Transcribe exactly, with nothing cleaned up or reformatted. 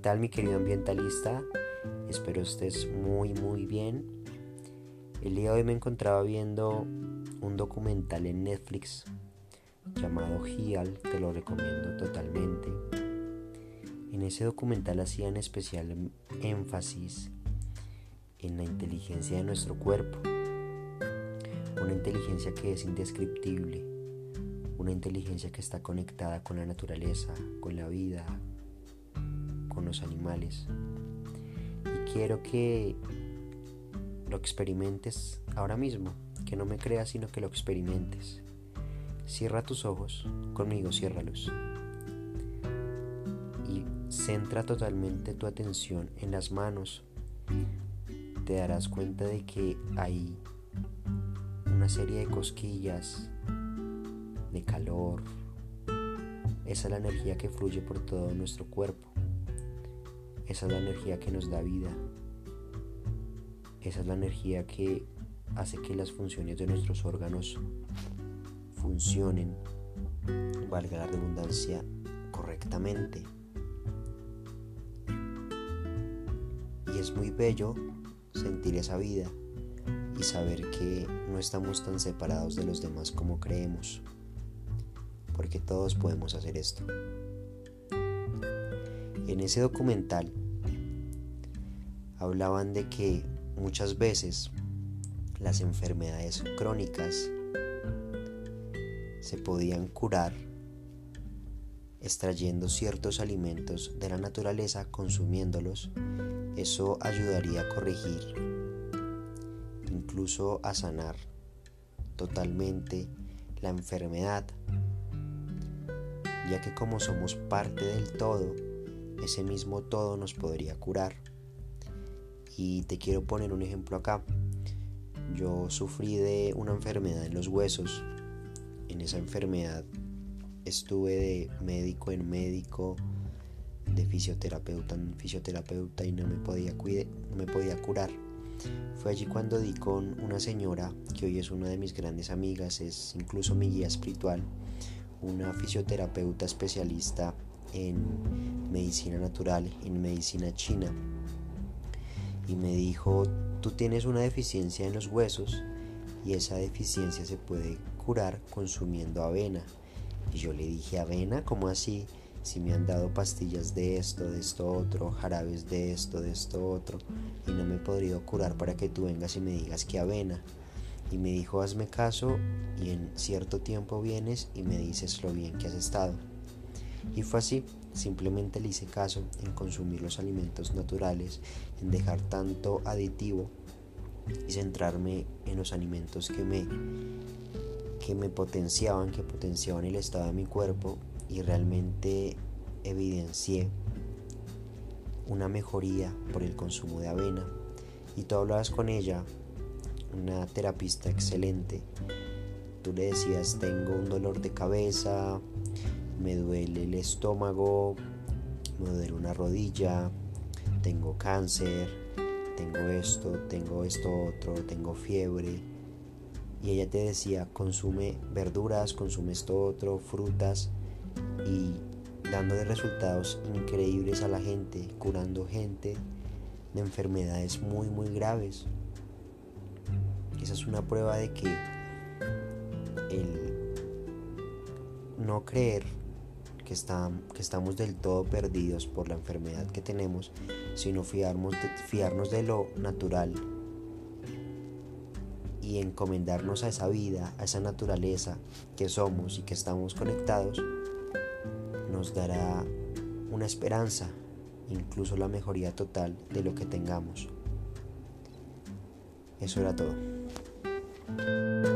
tal, mi querido ambientalista? Espero estés muy muy bien. El día de hoy me encontraba viendo un documental en Netflix llamado Gial, te lo recomiendo totalmente. En ese documental hacían especial énfasis en la inteligencia de nuestro cuerpo, una inteligencia que es indescriptible, una inteligencia que está conectada con la naturaleza, con la vida, con los animales. Y quiero que lo experimentes ahora mismo, que no me creas, sino que lo experimentes. Cierra tus ojos, conmigo ciérralos, y centra totalmente tu atención en las manos. Te darás cuenta de que hay una serie de cosquillas, de calor. Esa es la energía que fluye por todo nuestro cuerpo. Esa es la energía que nos da vida. Esa es la energía que hace que las funciones de nuestros órganos funcionen, valga la redundancia, correctamente. Y es muy bello sentir esa vida y saber que no estamos tan separados de los demás como creemos, porque todos podemos hacer esto. En ese documental hablaban de que muchas veces las enfermedades crónicas se podían curar extrayendo ciertos alimentos de la naturaleza, consumiéndolos. Eso ayudaría a corregir, incluso a sanar totalmente la enfermedad, ya que como somos parte del todo, ese mismo todo nos podría curar. Y te quiero poner un ejemplo acá. Yo sufrí de una enfermedad en los huesos. En esa enfermedad estuve de médico en médico, de fisioterapeuta en fisioterapeuta, y no me podía cuide, no me podía curar. Fue allí cuando di con una señora que hoy es una de mis grandes amigas, es incluso mi guía espiritual, una fisioterapeuta especialista en medicina natural, en medicina china, y me dijo: tú tienes una deficiencia en los huesos y esa deficiencia se puede curar consumiendo avena. Y yo le dije: ¿avena? ¿Cómo así? Si me han dado pastillas de esto, de esto otro, jarabes de esto, de esto otro, y no me he podido curar para que tú vengas y me digas que avena. Y me dijo: hazme caso y en cierto tiempo vienes y me dices lo bien que has estado. Y fue así. Simplemente le hice caso en consumir los alimentos naturales, en dejar tanto aditivo y centrarme en los alimentos que me, que me potenciaban, que potenciaban el estado de mi cuerpo, y realmente evidencié una mejoría por el consumo de avena. Y tú hablabas con ella, una terapista excelente. Tú le decías: tengo un dolor de cabeza, me duele el estómago, me duele una rodilla, tengo cáncer, tengo esto, tengo esto otro, tengo fiebre. Y ella te decía: consume verduras, consume esto otro, frutas, y dándole resultados increíbles a la gente, curando gente de enfermedades muy muy graves. Esa es una prueba de que el no creer que, está, que estamos del todo perdidos por la enfermedad que tenemos, sino fiarnos de, fiarnos de lo natural y encomendarnos a esa vida, a esa naturaleza que somos y que estamos conectados, nos dará una esperanza, incluso la mejoría total de lo que tengamos. Eso era todo.